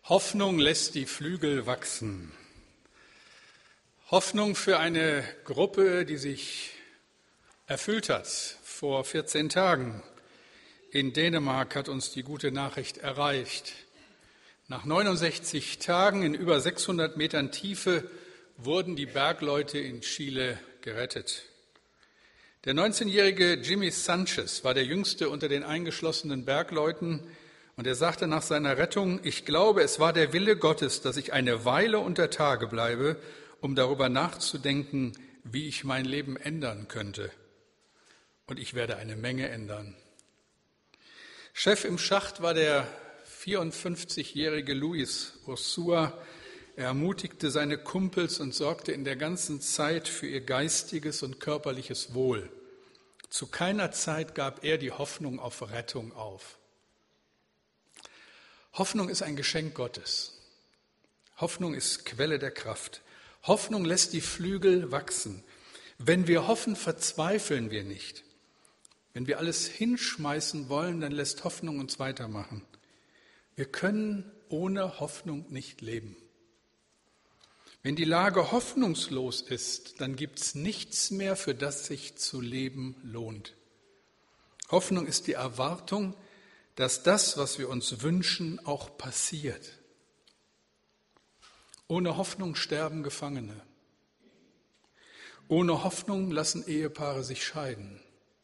Hoffnung lässt die Flügel wachsen. Hoffnung für eine Gruppe, die sich erfüllt hat. Vor 14 Tagen in Dänemark hat uns die gute Nachricht erreicht. Nach 69 Tagen in über 600 Metern Tiefe wurden die Bergleute in Chile gerettet. Der 19-jährige Jimmy Sanchez war der jüngste unter den eingeschlossenen Bergleuten und er sagte nach seiner Rettung: Ich glaube, es war der Wille Gottes, dass ich eine Weile unter Tage bleibe, um darüber nachzudenken, wie ich mein Leben ändern könnte. Und ich werde eine Menge ändern. Chef im Schacht war der 54-jährige Luis Ursua. Er ermutigte seine Kumpels und sorgte in der ganzen Zeit für ihr geistiges und körperliches Wohl. Zu keiner Zeit gab er die Hoffnung auf Rettung auf. Hoffnung ist ein Geschenk Gottes. Hoffnung ist Quelle der Kraft. Hoffnung lässt die Flügel wachsen. Wenn wir hoffen, verzweifeln wir nicht. Wenn wir alles hinschmeißen wollen, dann lässt Hoffnung uns weitermachen. Wir können ohne Hoffnung nicht leben. Wenn die Lage hoffnungslos ist, dann gibt es nichts mehr, für das sich zu leben lohnt. Hoffnung ist die Erwartung, dass das, was wir uns wünschen, auch passiert. Ohne Hoffnung sterben Gefangene. Ohne Hoffnung lassen Ehepaare sich scheiden.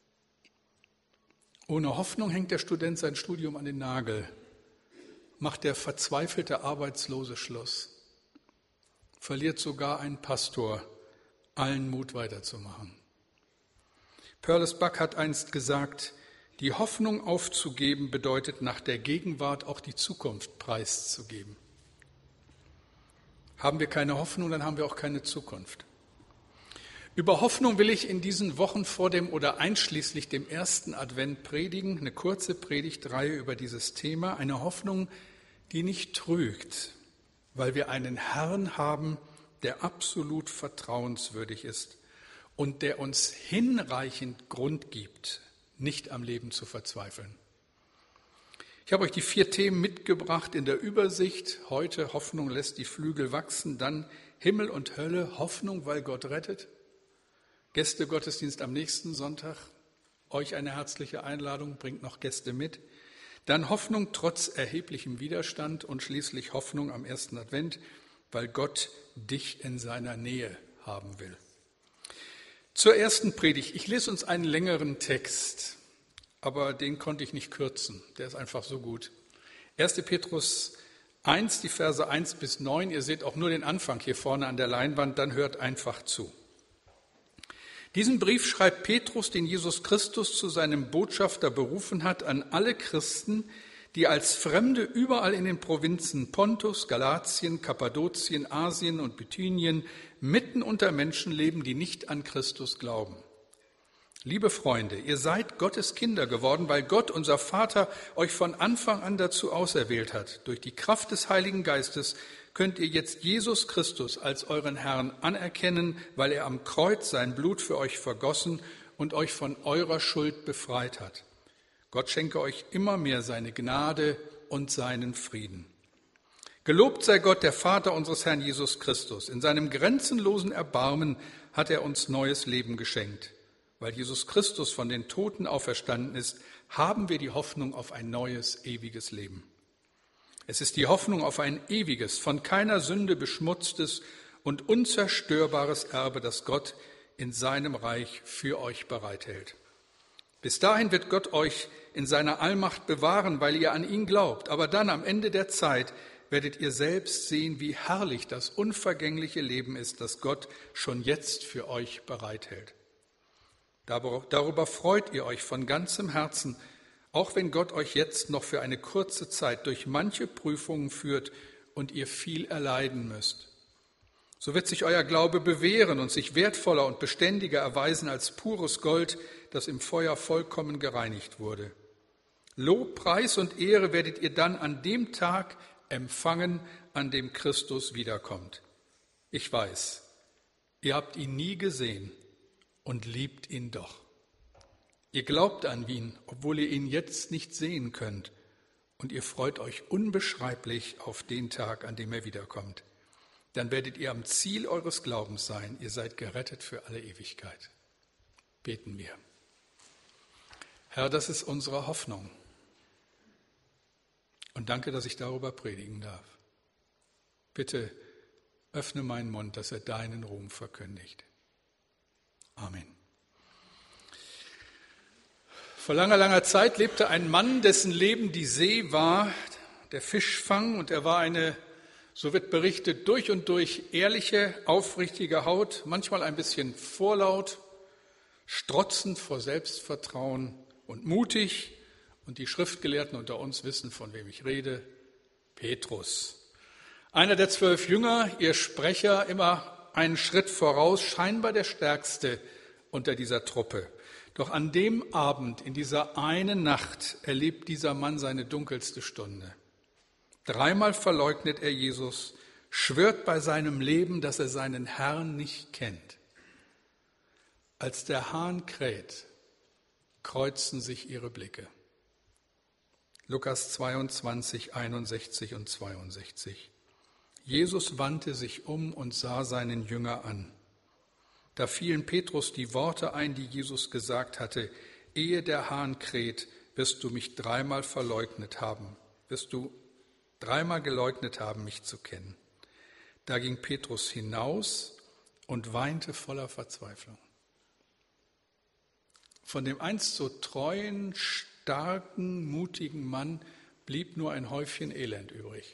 Ohne Hoffnung hängt der Student sein Studium an den Nagel, macht der verzweifelte Arbeitslose Schluss, verliert sogar ein Pastor allen Mut weiterzumachen. Perles Buck hat einst gesagt: Die Hoffnung aufzugeben bedeutet, nach der Gegenwart auch die Zukunft preiszugeben. Haben wir keine Hoffnung, dann haben wir auch keine Zukunft. Über Hoffnung will ich in diesen Wochen vor dem oder einschließlich dem ersten Advent predigen, eine kurze Predigtreihe über dieses Thema, eine Hoffnung, die nicht trügt, weil wir einen Herrn haben, der absolut vertrauenswürdig ist und der uns hinreichend Grund gibt, nicht am Leben zu verzweifeln. Ich habe euch die 4 Themen mitgebracht in der Übersicht. Heute Hoffnung lässt die Flügel wachsen, dann Himmel und Hölle, Hoffnung, weil Gott rettet. Gästegottesdienst am nächsten Sonntag. Euch eine herzliche Einladung, bringt noch Gäste mit. Dann Hoffnung trotz erheblichem Widerstand und schließlich Hoffnung am ersten Advent, weil Gott dich in seiner Nähe haben will. Zur ersten Predigt. Ich lese uns einen längeren Text, aber den konnte ich nicht kürzen. Der ist einfach so gut. 1. Petrus 1, die Verse 1 bis 9. Ihr seht auch nur den Anfang hier vorne an der Leinwand, dann hört einfach zu. Diesen Brief schreibt Petrus, den Jesus Christus zu seinem Botschafter berufen hat, an alle Christen, die als Fremde überall in den Provinzen Pontus, Galatien, Kappadokien, Asien und Bithynien mitten unter Menschen leben, die nicht an Christus glauben. Liebe Freunde, ihr seid Gottes Kinder geworden, weil Gott, unser Vater, euch von Anfang an dazu auserwählt hat. Durch die Kraft des Heiligen Geistes könnt ihr jetzt Jesus Christus als euren Herrn anerkennen, weil er am Kreuz sein Blut für euch vergossen und euch von eurer Schuld befreit hat. Gott schenke euch immer mehr seine Gnade und seinen Frieden. Gelobt sei Gott, der Vater unseres Herrn Jesus Christus. In seinem grenzenlosen Erbarmen hat er uns neues Leben geschenkt. Weil Jesus Christus von den Toten auferstanden ist, haben wir die Hoffnung auf ein neues, ewiges Leben. Es ist die Hoffnung auf ein ewiges, von keiner Sünde beschmutztes und unzerstörbares Erbe, das Gott in seinem Reich für euch bereithält. Bis dahin wird Gott euch in seiner Allmacht bewahren, weil ihr an ihn glaubt. Aber dann, am Ende der Zeit, werdet ihr selbst sehen, wie herrlich das unvergängliche Leben ist, das Gott schon jetzt für euch bereithält. Darüber freut ihr euch von ganzem Herzen, auch wenn Gott euch jetzt noch für eine kurze Zeit durch manche Prüfungen führt und ihr viel erleiden müsst. So wird sich euer Glaube bewähren und sich wertvoller und beständiger erweisen als pures Gold, das im Feuer vollkommen gereinigt wurde. Lob, Preis und Ehre werdet ihr dann an dem Tag empfangen, an dem Christus wiederkommt. Ich weiß, ihr habt ihn nie gesehen und liebt ihn doch. Ihr glaubt an ihn, obwohl ihr ihn jetzt nicht sehen könnt und ihr freut euch unbeschreiblich auf den Tag, an dem er wiederkommt. Dann werdet ihr am Ziel eures Glaubens sein. Ihr seid gerettet für alle Ewigkeit. Beten wir. Herr, das ist unsere Hoffnung. Und danke, dass ich darüber predigen darf. Bitte öffne meinen Mund, dass er deinen Ruhm verkündigt. Amen. Vor langer, langer Zeit lebte ein Mann, dessen Leben die See war, der Fischfang, und er war eine, so wird berichtet, durch und durch ehrliche, aufrichtige Haut, manchmal ein bisschen vorlaut, strotzend vor Selbstvertrauen und mutig. Und die Schriftgelehrten unter uns wissen, von wem ich rede, Petrus. Einer der 12 Jünger, ihr Sprecher, immer einen Schritt voraus, scheinbar der Stärkste unter dieser Truppe. Doch an dem Abend, in dieser einen Nacht, erlebt dieser Mann seine dunkelste Stunde. 3-mal verleugnet er Jesus, schwört bei seinem Leben, dass er seinen Herrn nicht kennt. Als der Hahn kräht, kreuzen sich ihre Blicke. Lukas 22, 61 und 62. Jesus wandte sich um und sah seinen Jünger an. Da fielen Petrus die Worte ein, die Jesus gesagt hatte: Ehe der Hahn kräht, wirst du mich 3-mal verleugnet haben, wirst du 3-mal geleugnet haben, mich zu kennen. Da ging Petrus hinaus und weinte voller Verzweiflung. Von dem einst so treuen, starken, mutigen Mann blieb nur ein Häufchen Elend übrig.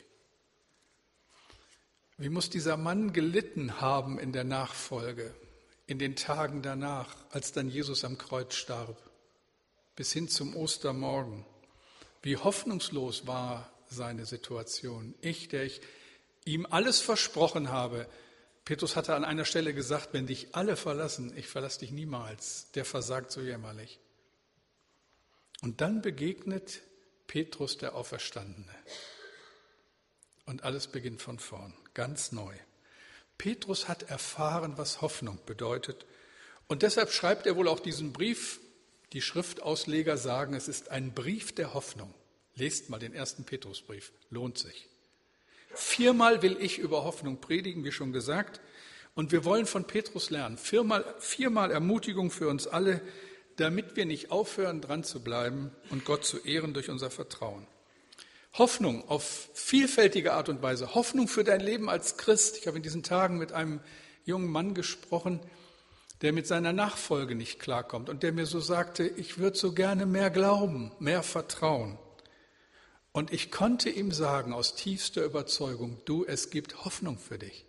Wie muss dieser Mann gelitten haben in der Nachfolge, in den Tagen danach, als dann Jesus am Kreuz starb, bis hin zum Ostermorgen. Wie hoffnungslos war seine Situation. Der ich ihm alles versprochen habe. Petrus hatte an einer Stelle gesagt, wenn dich alle verlassen, ich verlasse dich niemals. Der versagt so jämmerlich. Und dann begegnet Petrus der Auferstandene. Und alles beginnt von vorn, ganz neu. Petrus hat erfahren, was Hoffnung bedeutet. Und deshalb schreibt er wohl auch diesen Brief. Die Schriftausleger sagen, es ist ein Brief der Hoffnung. Lest mal den 1. Petrusbrief, lohnt sich. 4-mal will ich über Hoffnung predigen, wie schon gesagt. Und wir wollen von Petrus lernen. 4-mal Ermutigung für uns alle, damit wir nicht aufhören, dran zu bleiben und Gott zu ehren durch unser Vertrauen. Hoffnung auf vielfältige Art und Weise. Hoffnung für dein Leben als Christ. Ich habe in diesen Tagen mit einem jungen Mann gesprochen, der mit seiner Nachfolge nicht klarkommt und der mir so sagte, ich würde so gerne mehr glauben, mehr vertrauen. Und ich konnte ihm sagen, aus tiefster Überzeugung, du, es gibt Hoffnung für dich.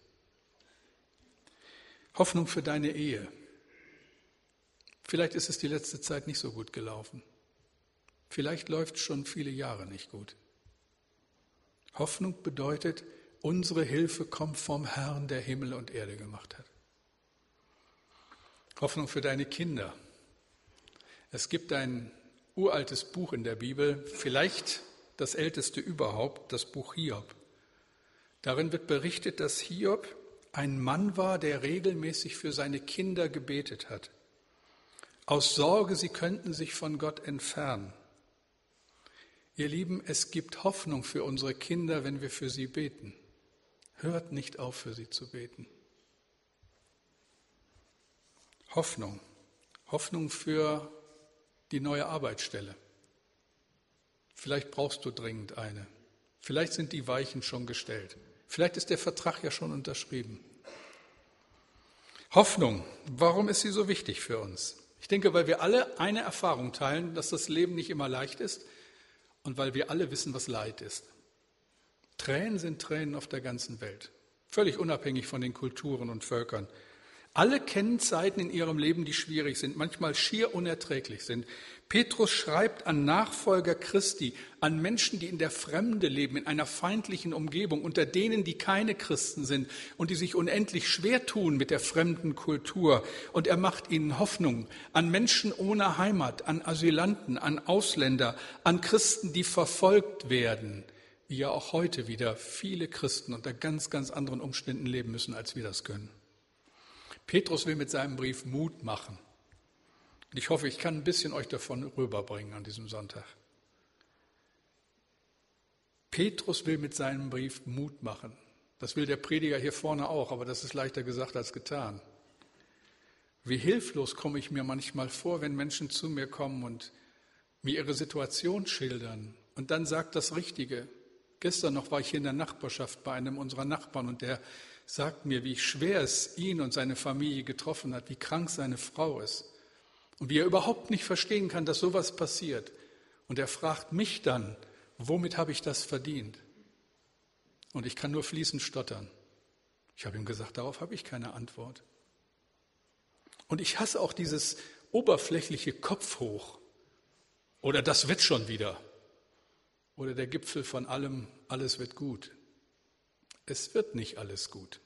Hoffnung für deine Ehe. Vielleicht ist es die letzte Zeit nicht so gut gelaufen. Vielleicht läuft es schon viele Jahre nicht gut. Hoffnung bedeutet, unsere Hilfe kommt vom Herrn, der Himmel und Erde gemacht hat. Hoffnung für deine Kinder. Es gibt ein uraltes Buch in der Bibel, vielleicht das älteste überhaupt, das Buch Hiob. Darin wird berichtet, dass Hiob ein Mann war, der regelmäßig für seine Kinder gebetet hat. Aus Sorge, sie könnten sich von Gott entfernen. Ihr Lieben, es gibt Hoffnung für unsere Kinder, wenn wir für sie beten. Hört nicht auf, für sie zu beten. Hoffnung. Hoffnung für die neue Arbeitsstelle. Vielleicht brauchst du dringend eine. Vielleicht sind die Weichen schon gestellt. Vielleicht ist der Vertrag ja schon unterschrieben. Hoffnung. Warum ist sie so wichtig für uns? Ich denke, weil wir alle eine Erfahrung teilen, dass das Leben nicht immer leicht ist. Und weil wir alle wissen, was Leid ist. Tränen sind Tränen auf der ganzen Welt, völlig unabhängig von den Kulturen und Völkern. Alle kennen Zeiten in ihrem Leben, die schwierig sind, manchmal schier unerträglich sind. Petrus schreibt an Nachfolger Christi, an Menschen, die in der Fremde leben, in einer feindlichen Umgebung, unter denen, die keine Christen sind und die sich unendlich schwer tun mit der fremden Kultur. Und er macht ihnen Hoffnung an Menschen ohne Heimat, an Asylanten, an Ausländer, an Christen, die verfolgt werden, wie ja auch heute wieder viele Christen unter ganz, ganz anderen Umständen leben müssen, als wir das können. Petrus will mit seinem Brief Mut machen. Und ich hoffe, ich kann ein bisschen euch davon rüberbringen an diesem Sonntag. Petrus will mit seinem Brief Mut machen. Das will der Prediger hier vorne auch, aber das ist leichter gesagt als getan. Wie hilflos komme ich mir manchmal vor, wenn Menschen zu mir kommen und mir ihre Situation schildern und dann sagt das Richtige. Gestern noch war ich hier in der Nachbarschaft bei einem unserer Nachbarn und der sagt mir, wie schwer es ihn und seine Familie getroffen hat, wie krank seine Frau ist und wie er überhaupt nicht verstehen kann, dass sowas passiert. Und er fragt mich dann, womit habe ich das verdient? Und ich kann nur fließend stottern. Ich habe ihm gesagt, darauf habe ich keine Antwort. Und ich hasse auch dieses oberflächliche Kopf hoch. Oder das wird schon wieder. Oder der Gipfel von allem, alles wird gut. Es wird nicht alles gut.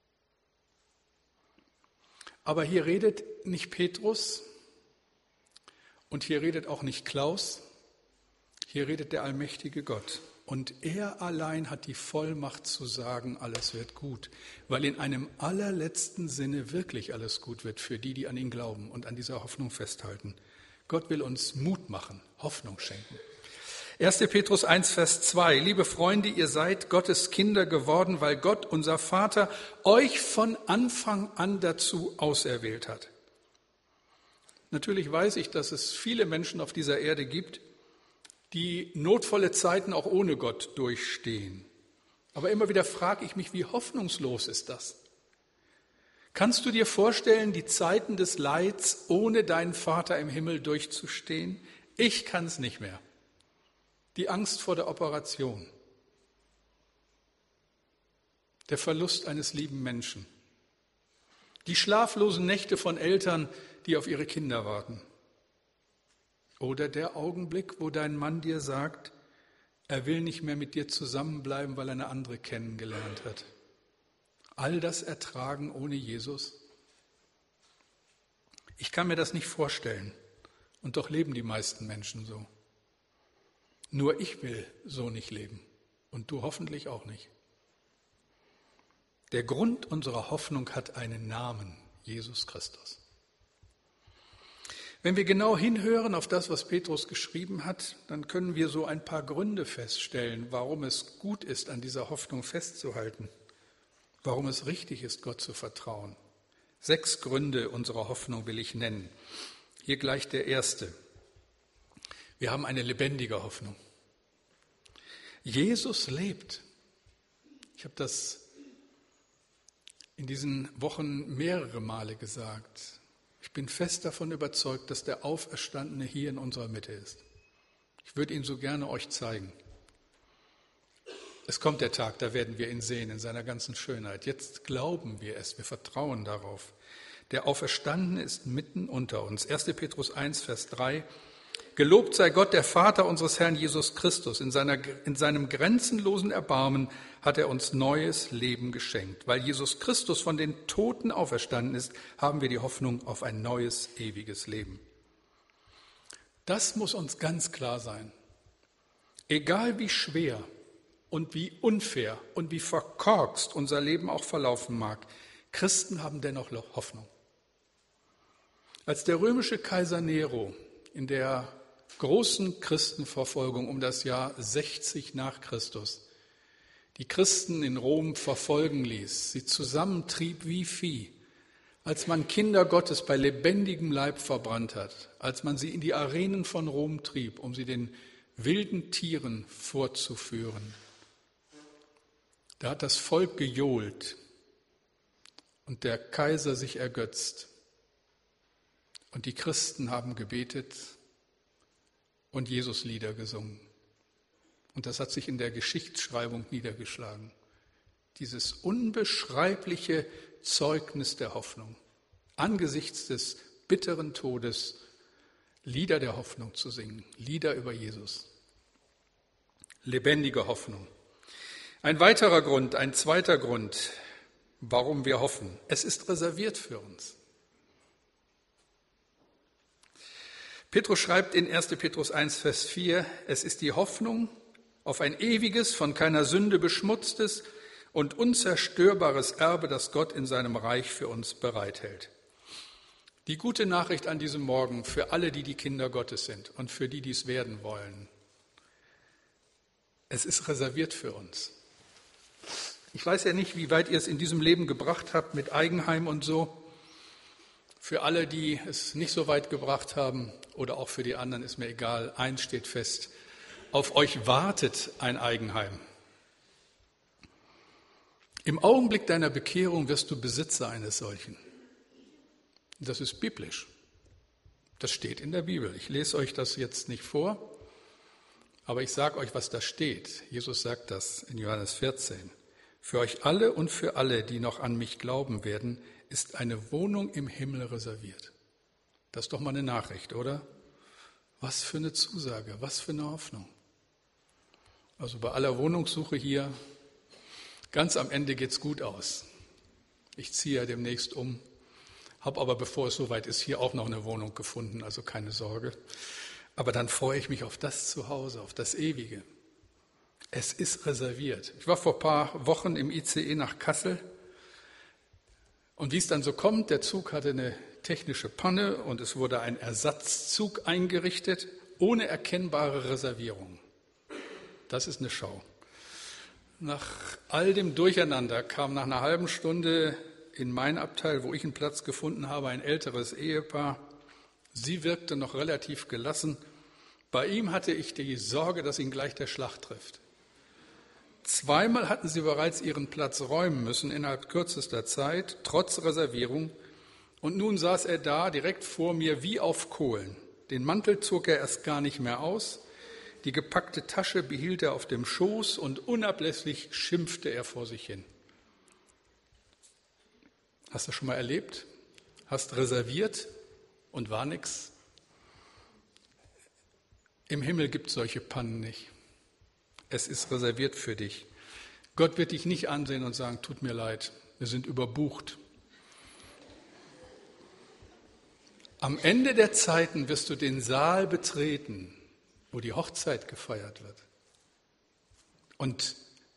Aber hier redet nicht Petrus und hier redet auch nicht Klaus, hier redet der allmächtige Gott. Und er allein hat die Vollmacht zu sagen, alles wird gut, weil in einem allerletzten Sinne wirklich alles gut wird für die, die an ihn glauben und an dieser Hoffnung festhalten. Gott will uns Mut machen, Hoffnung schenken. 1. Petrus 1, Vers 2. Liebe Freunde, ihr seid Gottes Kinder geworden, weil Gott, unser Vater, euch von Anfang an dazu auserwählt hat. Natürlich weiß ich, dass es viele Menschen auf dieser Erde gibt, die notvolle Zeiten auch ohne Gott durchstehen. Aber immer wieder frage ich mich, wie hoffnungslos ist das? Kannst du dir vorstellen, die Zeiten des Leids ohne deinen Vater im Himmel durchzustehen? Ich kann es nicht mehr. Die Angst vor der Operation, der Verlust eines lieben Menschen, die schlaflosen Nächte von Eltern, die auf ihre Kinder warten. Oder der Augenblick, wo dein Mann dir sagt, er will nicht mehr mit dir zusammenbleiben, weil er eine andere kennengelernt hat. All das ertragen ohne Jesus? Ich kann mir das nicht vorstellen. Und doch leben die meisten Menschen so. Nur ich will so nicht leben. Und du hoffentlich auch nicht. Der Grund unserer Hoffnung hat einen Namen, Jesus Christus. Wenn wir genau hinhören auf das, was Petrus geschrieben hat, dann können wir so ein paar Gründe feststellen, warum es gut ist, an dieser Hoffnung festzuhalten, warum es richtig ist, Gott zu vertrauen. 6 Gründe unserer Hoffnung will ich nennen. Hier gleich der erste. Wir haben eine lebendige Hoffnung. Jesus lebt. Ich habe das in diesen Wochen mehrere Male gesagt. Ich bin fest davon überzeugt, dass der Auferstandene hier in unserer Mitte ist. Ich würde ihn so gerne euch zeigen. Es kommt der Tag, da werden wir ihn sehen in seiner ganzen Schönheit. Jetzt glauben wir es, wir vertrauen darauf. Der Auferstandene ist mitten unter uns. 1. Petrus 1, Vers 3. Gelobt sei Gott, der Vater unseres Herrn Jesus Christus. In seinem grenzenlosen Erbarmen hat er uns neues Leben geschenkt. Weil Jesus Christus von den Toten auferstanden ist, haben wir die Hoffnung auf ein neues, ewiges Leben. Das muss uns ganz klar sein. Egal wie schwer und wie unfair und wie verkorkst unser Leben auch verlaufen mag, Christen haben dennoch Hoffnung. Als der römische Kaiser Nero in der großen Christenverfolgung um das Jahr 60 nach Christus die Christen in Rom verfolgen ließ, sie zusammentrieb wie Vieh, als man Kinder Gottes bei lebendigem Leib verbrannt hat, als man sie in die Arenen von Rom trieb, um sie den wilden Tieren vorzuführen. Da hat das Volk gejohlt und der Kaiser sich ergötzt. Und die Christen haben gebetet und Jesuslieder gesungen. Und das hat sich in der Geschichtsschreibung niedergeschlagen. Dieses unbeschreibliche Zeugnis der Hoffnung. Angesichts des bitteren Todes Lieder der Hoffnung zu singen. Lieder über Jesus. Lebendige Hoffnung. Ein weiterer Grund, ein zweiter Grund, warum wir hoffen. Es ist reserviert für uns. Petrus schreibt in 1. Petrus 1, Vers 4, es ist die Hoffnung auf ein ewiges, von keiner Sünde beschmutztes und unzerstörbares Erbe, das Gott in seinem Reich für uns bereithält. Die gute Nachricht an diesem Morgen für alle, die die Kinder Gottes sind und für die, die es werden wollen. Es ist reserviert für uns. Ich weiß ja nicht, wie weit ihr es in diesem Leben gebracht habt mit Eigenheim und so. Für alle, die es nicht so weit gebracht haben oder auch für die anderen, ist mir egal. Eins steht fest: Auf euch wartet ein Eigenheim. Im Augenblick deiner Bekehrung wirst du Besitzer eines solchen. Das ist biblisch. Das steht in der Bibel. Ich lese euch das jetzt nicht vor, aber ich sage euch, was da steht. Jesus sagt das in Johannes 14. Für euch alle und für alle, die noch an mich glauben werden, ist eine Wohnung im Himmel reserviert. Das ist doch mal eine Nachricht, oder? Was für eine Zusage, was für eine Hoffnung. Also bei aller Wohnungssuche hier, ganz am Ende geht's gut aus. Ich ziehe ja demnächst um, habe aber, bevor es soweit ist, hier auch noch eine Wohnung gefunden, also keine Sorge. Aber dann freue ich mich auf das Zuhause, auf das Ewige. Es ist reserviert. Ich war vor ein paar Wochen im ICE nach Kassel und wie es dann so kommt, der Zug hatte eine technische Panne und es wurde ein Ersatzzug eingerichtet, ohne erkennbare Reservierung. Das ist eine Schau. Nach all dem Durcheinander kam nach einer halben Stunde in mein Abteil, wo ich einen Platz gefunden habe, ein älteres Ehepaar. Sie wirkte noch relativ gelassen. Bei ihm hatte ich die Sorge, dass ihn gleich der Schlag trifft. Zweimal hatten sie bereits ihren Platz räumen müssen innerhalb kürzester Zeit, trotz Reservierung. Und nun saß er da direkt vor mir wie auf Kohlen. Den Mantel zog er erst gar nicht mehr aus. Die gepackte Tasche behielt er auf dem Schoß und unablässig schimpfte er vor sich hin. Hast du schon mal erlebt? Hast reserviert und war nix? Im Himmel gibt es solche Pannen nicht. Es ist reserviert für dich. Gott wird dich nicht ansehen und sagen, tut mir leid, wir sind überbucht. Am Ende der Zeiten wirst du den Saal betreten, wo die Hochzeit gefeiert wird. Und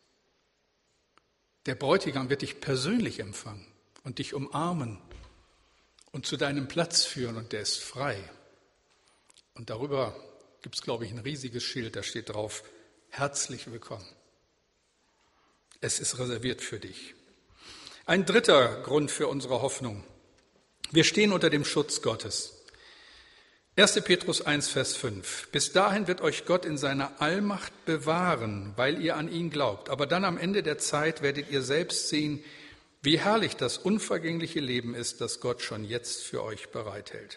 der Bräutigam wird dich persönlich empfangen und dich umarmen und zu deinem Platz führen und der ist frei. Und darüber gibt es, glaube ich, ein riesiges Schild, da steht drauf: Herzlich willkommen. Es ist reserviert für dich. Ein dritter Grund für unsere Hoffnung. Wir stehen unter dem Schutz Gottes. 1. Petrus 1, Vers 5. Bis dahin wird euch Gott in seiner Allmacht bewahren, weil ihr an ihn glaubt. Aber dann am Ende der Zeit werdet ihr selbst sehen, wie herrlich das unvergängliche Leben ist, das Gott schon jetzt für euch bereithält.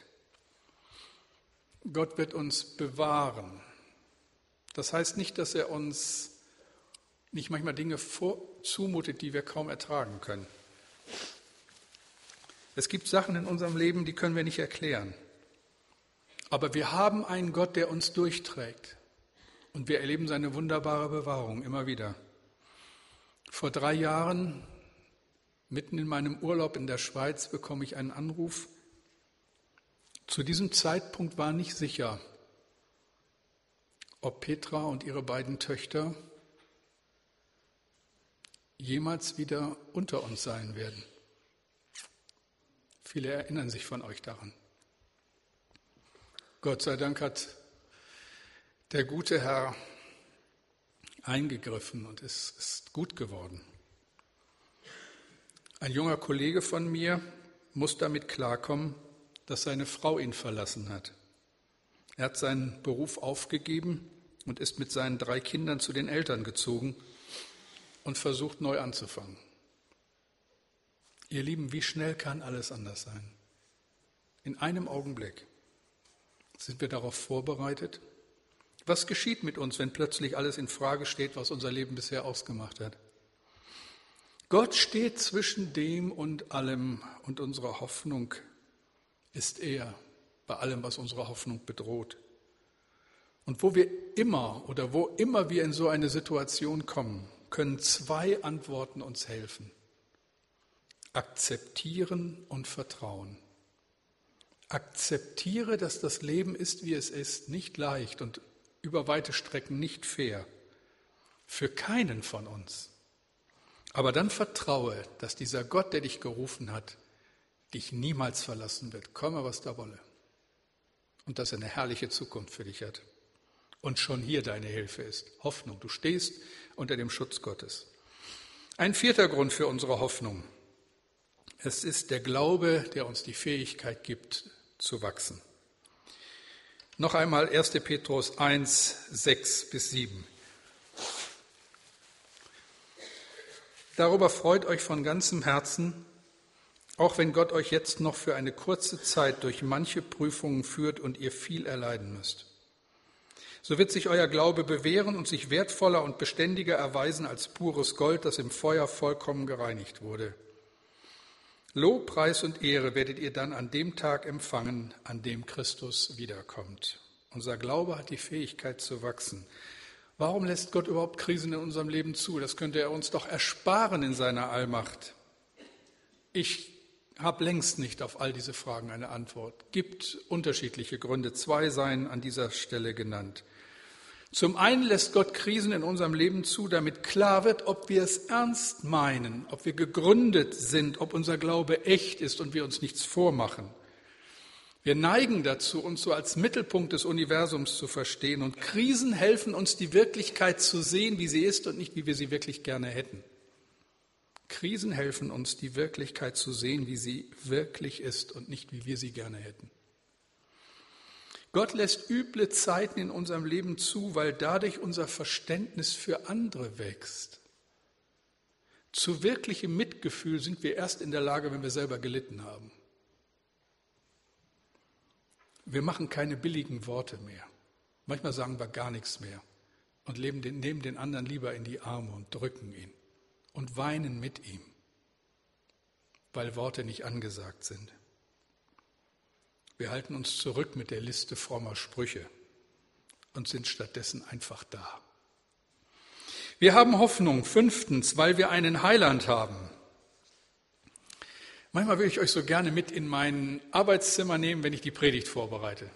Gott wird uns bewahren. Das heißt nicht, dass er uns nicht manchmal Dinge zumutet, die wir kaum ertragen können. Es gibt Sachen in unserem Leben, die können wir nicht erklären. Aber wir haben einen Gott, der uns durchträgt. Und wir erleben seine wunderbare Bewahrung immer wieder. Vor 3 Jahren, mitten in meinem Urlaub in der Schweiz, bekomme ich einen Anruf. Zu diesem Zeitpunkt war nicht sicher, ob Petra und ihre beiden Töchter jemals wieder unter uns sein werden. Viele erinnern sich von euch daran. Gott sei Dank hat der gute Herr eingegriffen und es ist gut geworden. Ein junger Kollege von mir muss damit klarkommen, dass seine Frau ihn verlassen hat. Er hat seinen Beruf aufgegeben und ist mit seinen 3 Kindern zu den Eltern gezogen und versucht, neu anzufangen. Ihr Lieben, wie schnell kann alles anders sein? In einem Augenblick. Sind wir darauf vorbereitet? Was geschieht mit uns, wenn plötzlich alles in Frage steht, was unser Leben bisher ausgemacht hat? Gott steht zwischen dem und allem und unsere Hoffnung ist er bei allem, was unsere Hoffnung bedroht. Und wo immer wir in so eine Situation kommen, können 2 Antworten uns helfen. Akzeptieren und vertrauen. Akzeptiere, dass das Leben ist, wie es ist, nicht leicht und über weite Strecken nicht fair. Für keinen von uns. Aber dann vertraue, dass dieser Gott, der dich gerufen hat, dich niemals verlassen wird, komme was da wolle. Und dass er eine herrliche Zukunft für dich hat. und schon hier deine Hilfe ist. Hoffnung, du stehst unter dem Schutz Gottes. Ein vierter Grund für unsere Hoffnung. Es ist der Glaube, der uns die Fähigkeit gibt, zu wachsen. Noch einmal 1. Petrus 1, 6 bis 7. Darüber freut euch von ganzem Herzen, auch wenn Gott euch jetzt noch für eine kurze Zeit durch manche Prüfungen führt und ihr viel erleiden müsst. So wird sich euer Glaube bewähren und sich wertvoller und beständiger erweisen als pures Gold, das im Feuer vollkommen gereinigt wurde. Lob, Preis und Ehre werdet ihr dann an dem Tag empfangen, an dem Christus wiederkommt. Unser Glaube hat die Fähigkeit zu wachsen. Warum lässt Gott überhaupt Krisen in unserem Leben zu? Das könnte er uns doch ersparen in seiner Allmacht. Ich habe längst nicht auf all diese Fragen eine Antwort. Gibt unterschiedliche Gründe. 2 seien an dieser Stelle genannt. Zum einen lässt Gott Krisen in unserem Leben zu, damit klar wird, ob wir es ernst meinen, ob wir gegründet sind, ob unser Glaube echt ist und wir uns nichts vormachen. Wir neigen dazu, uns so als Mittelpunkt des Universums zu verstehen, und Krisen helfen uns, die Wirklichkeit zu sehen, wie sie ist und nicht, wie wir sie wirklich gerne hätten. Krisen helfen uns, die Wirklichkeit zu sehen, wie sie wirklich ist und nicht, wie wir sie gerne hätten. Gott lässt üble Zeiten in unserem Leben zu, weil dadurch unser Verständnis für andere wächst. Zu wirklichem Mitgefühl sind wir erst in der Lage, wenn wir selber gelitten haben. Wir machen keine billigen Worte mehr. Manchmal sagen wir gar nichts mehr und nehmen den anderen lieber in die Arme und drücken ihn und weinen mit ihm, weil Worte nicht angesagt sind. Wir halten uns zurück mit der Liste frommer Sprüche und sind stattdessen einfach da. Wir haben Hoffnung, 5., weil wir einen Heiland haben. Manchmal würde ich euch so gerne mit in mein Arbeitszimmer nehmen, wenn ich die Predigt vorbereite.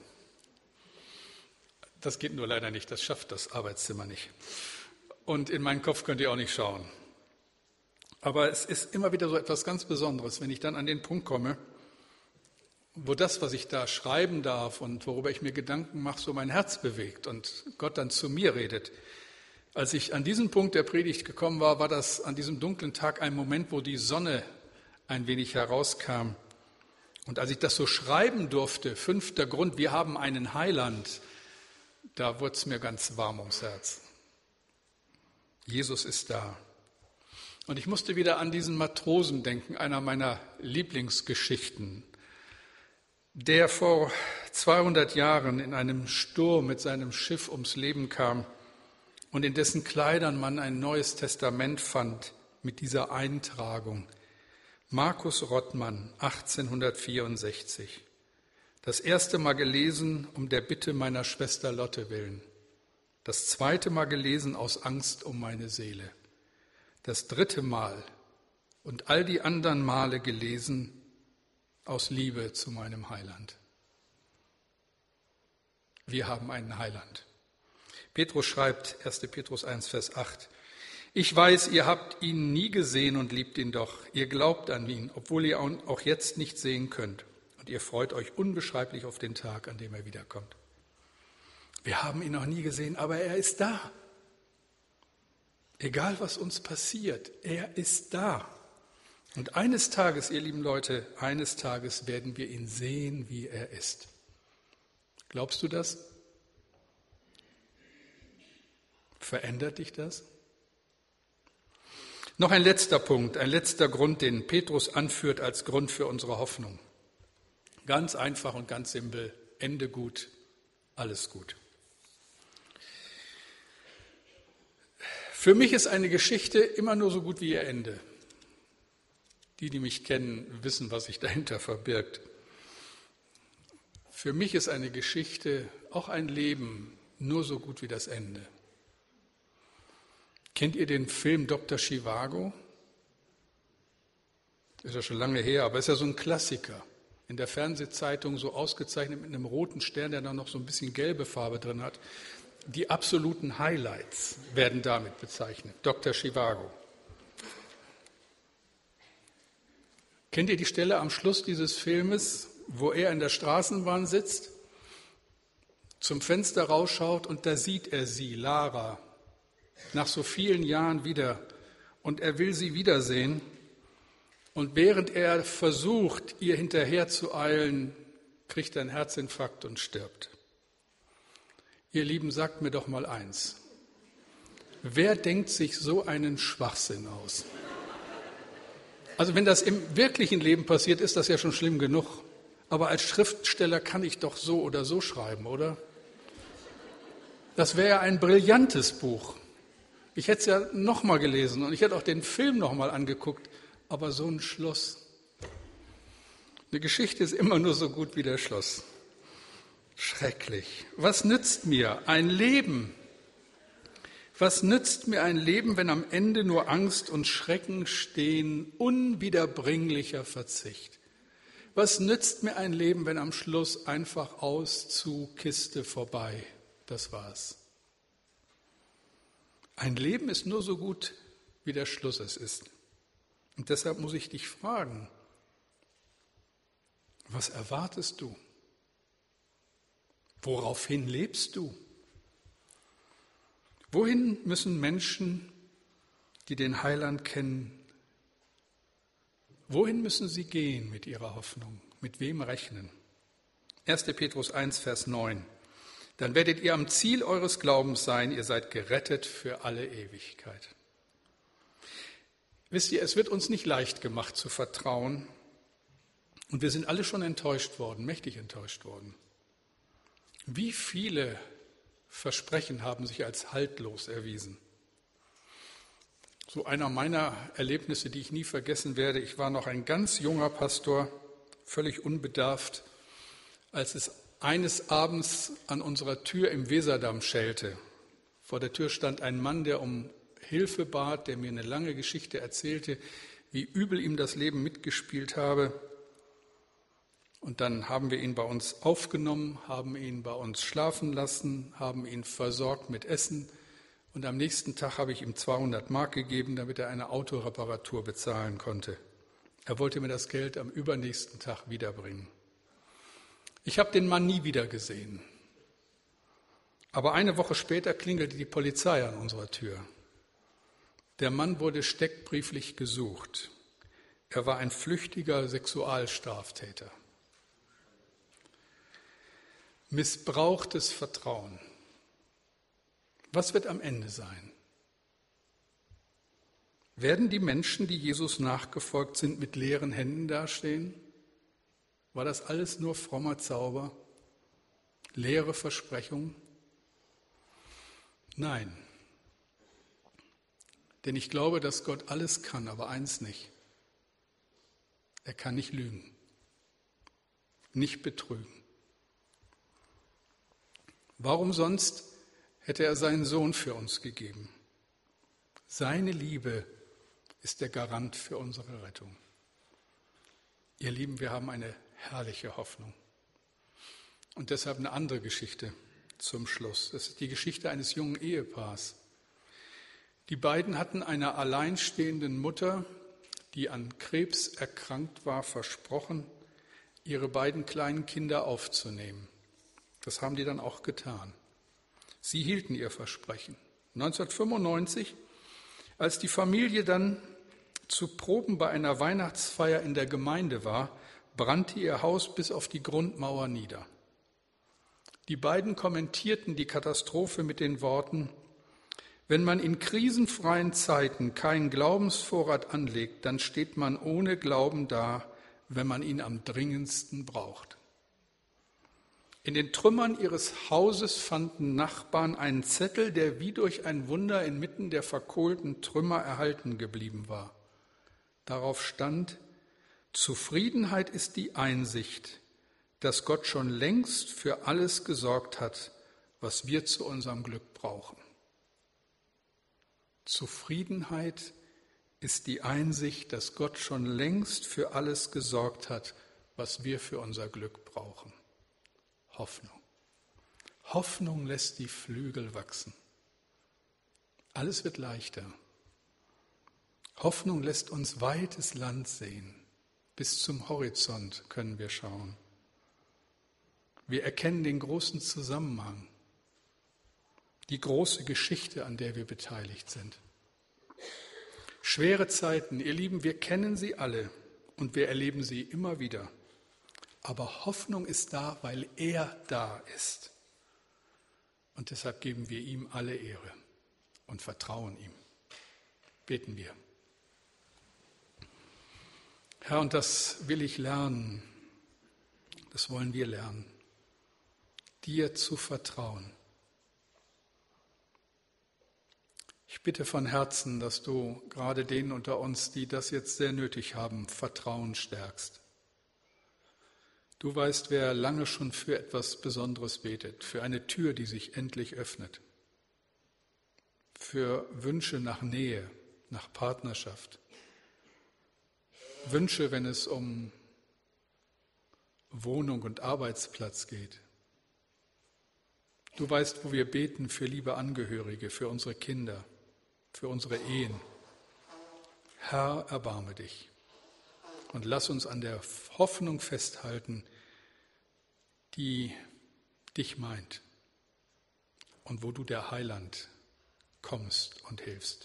Das geht nur leider nicht, das schafft das Arbeitszimmer nicht. Und in meinen Kopf könnt ihr auch nicht schauen. Aber es ist immer wieder so etwas ganz Besonderes, wenn ich dann an den Punkt komme, wo das, was ich da schreiben darf und worüber ich mir Gedanken mache, so mein Herz bewegt und Gott dann zu mir redet. Als ich an diesen Punkt der Predigt gekommen war, war das an diesem dunklen Tag ein Moment, wo die Sonne ein wenig herauskam. Und als ich das so schreiben durfte, 5. Grund, wir haben einen Heiland, da wurde es mir ganz warm ums Herz. Jesus ist da. Und ich musste wieder an diesen Matrosen denken, einer meiner Lieblingsgeschichten, der vor 200 Jahren in einem Sturm mit seinem Schiff ums Leben kam und in dessen Kleidern man ein Neues Testament fand mit dieser Eintragung. Markus Rottmann, 1864. Das erste Mal gelesen um der Bitte meiner Schwester Lotte willen. Das zweite Mal gelesen aus Angst um meine Seele. Das dritte Mal und all die anderen Male gelesen aus Liebe zu meinem Heiland. Wir haben einen Heiland. Petrus schreibt, 1. Petrus 1, Vers 8, ich weiß, ihr habt ihn nie gesehen und liebt ihn doch. Ihr glaubt an ihn, obwohl ihr ihn auch jetzt nicht sehen könnt. Und ihr freut euch unbeschreiblich auf den Tag, an dem er wiederkommt. Wir haben ihn noch nie gesehen, aber er ist da. Egal, was uns passiert, er ist da. Und eines Tages, ihr lieben Leute, eines Tages werden wir ihn sehen, wie er ist. Glaubst du das? Verändert dich das? Noch ein letzter Punkt, ein letzter Grund, den Petrus anführt als Grund für unsere Hoffnung. Ganz einfach und ganz simpel, Ende gut, alles gut. Für mich ist eine Geschichte immer nur so gut wie ihr Ende. Die mich kennen, wissen, was sich dahinter verbirgt. Für mich ist eine Geschichte, auch ein Leben, nur so gut wie das Ende. Kennt ihr den Film Dr. Zhivago? Ist ja schon lange her, aber ist ja so ein Klassiker. In der Fernsehzeitung so ausgezeichnet mit einem roten Stern, der dann noch so ein bisschen gelbe Farbe drin hat. Die absoluten Highlights werden damit bezeichnet. Dr. Zhivago. Kennt ihr die Stelle am Schluss dieses Filmes, wo er in der Straßenbahn sitzt zum Fenster rausschaut und da sieht er sie, Lara, nach so vielen Jahren wieder und er will sie wiedersehen. Und während er versucht, ihr hinterher zu eilen, kriegt er einen Herzinfarkt und stirbt. Ihr Lieben, sagt mir doch mal eins. Wer denkt sich so einen Schwachsinn aus? Also wenn das im wirklichen Leben passiert, ist das ja schon schlimm genug. Aber als Schriftsteller kann ich doch so oder so schreiben, oder? Das wäre ja ein brillantes Buch. Ich hätte es ja nochmal gelesen und ich hätte auch den Film nochmal angeguckt. Aber so ein Schluss. Eine Geschichte ist immer nur so gut wie der Schluss. Schrecklich. Was nützt mir ein Leben? Was nützt mir ein Leben, wenn am Ende nur Angst und Schrecken stehen, unwiederbringlicher Verzicht? Was nützt mir ein Leben, wenn am Schluss einfach aus zu Kiste vorbei? Das war's. Ein Leben ist nur so gut, wie der Schluss es ist. Und deshalb muss ich dich fragen, was erwartest du? Woraufhin lebst du? Wohin müssen Menschen, die den Heiland kennen, wohin müssen sie gehen mit ihrer Hoffnung? Mit wem rechnen? 1. Petrus 1, Vers 9. Dann werdet ihr am Ziel eures Glaubens sein, ihr seid gerettet für alle Ewigkeit. Wisst ihr, es wird uns nicht leicht gemacht zu vertrauen und wir sind alle schon enttäuscht worden, mächtig enttäuscht worden. Wie viele Versprechen haben sich als haltlos erwiesen? So einer meiner Erlebnisse, die ich nie vergessen werde, ich war noch ein ganz junger Pastor, völlig unbedarft, als es eines Abends an unserer Tür im Weserdamm schellte. Vor der Tür stand ein Mann, der um Hilfe bat, der mir eine lange Geschichte erzählte, wie übel ihm das Leben mitgespielt habe. Und dann haben wir ihn bei uns aufgenommen, haben ihn bei uns schlafen lassen, haben ihn versorgt mit Essen. Und am nächsten Tag habe ich ihm 200 Mark gegeben, damit er eine Autoreparatur bezahlen konnte. Er wollte mir das Geld am übernächsten Tag wiederbringen. Ich habe den Mann nie wieder gesehen. Aber eine Woche später klingelte die Polizei an unserer Tür. Der Mann wurde steckbrieflich gesucht. Er war ein flüchtiger Sexualstraftäter. Missbrauchtes Vertrauen. Was wird am Ende sein? Werden die Menschen, die Jesus nachgefolgt sind, mit leeren Händen dastehen? War das alles nur frommer Zauber? Leere Versprechungen? Nein. Denn ich glaube, dass Gott alles kann, aber eins nicht. Er kann nicht lügen, nicht betrügen. Warum sonst hätte er seinen Sohn für uns gegeben? Seine Liebe ist der Garant für unsere Rettung. Ihr Lieben, wir haben eine herrliche Hoffnung. Und deshalb eine andere Geschichte zum Schluss. Das ist die Geschichte eines jungen Ehepaars. Die beiden hatten einer alleinstehenden Mutter, die an Krebs erkrankt war, versprochen, ihre beiden kleinen Kinder aufzunehmen. Das haben die dann auch getan. Sie hielten ihr Versprechen. 1995, als die Familie dann zu Proben bei einer Weihnachtsfeier in der Gemeinde war, brannte ihr Haus bis auf die Grundmauer nieder. Die beiden kommentierten die Katastrophe mit den Worten: Wenn man in krisenfreien Zeiten keinen Glaubensvorrat anlegt, dann steht man ohne Glauben da, wenn man ihn am dringendsten braucht. In den Trümmern ihres Hauses fanden Nachbarn einen Zettel, der wie durch ein Wunder inmitten der verkohlten Trümmer erhalten geblieben war. Darauf stand: Zufriedenheit ist die Einsicht, dass Gott schon längst für alles gesorgt hat, was wir zu unserem Glück brauchen. Zufriedenheit ist die Einsicht, dass Gott schon längst für alles gesorgt hat, was wir für unser Glück brauchen. Hoffnung. Hoffnung lässt die Flügel wachsen. Alles wird leichter. Hoffnung lässt uns weites Land sehen. Bis zum Horizont können wir schauen. Wir erkennen den großen Zusammenhang, die große Geschichte, an der wir beteiligt sind. Schwere Zeiten, ihr Lieben, wir kennen sie alle und wir erleben sie immer wieder. Aber Hoffnung ist da, weil er da ist. Und deshalb geben wir ihm alle Ehre und vertrauen ihm. Beten wir. Herr, und das will ich lernen, das wollen wir lernen, dir zu vertrauen. Ich bitte von Herzen, dass du gerade denen unter uns, die das jetzt sehr nötig haben, Vertrauen stärkst. Du weißt, wer lange schon für etwas Besonderes betet, für eine Tür, die sich endlich öffnet, für Wünsche nach Nähe, nach Partnerschaft, Wünsche, wenn es um Wohnung und Arbeitsplatz geht. Du weißt, wo wir beten für liebe Angehörige, für unsere Kinder, für unsere Ehen. Herr, erbarme dich und lass uns an der Hoffnung festhalten, die dich meint und wo du, der Heiland, kommst und hilfst.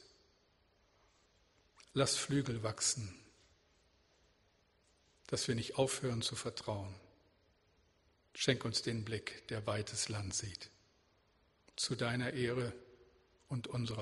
Lass Flügel wachsen, dass wir nicht aufhören zu vertrauen. Schenk uns den Blick, der weites Land sieht, zu deiner Ehre und unserer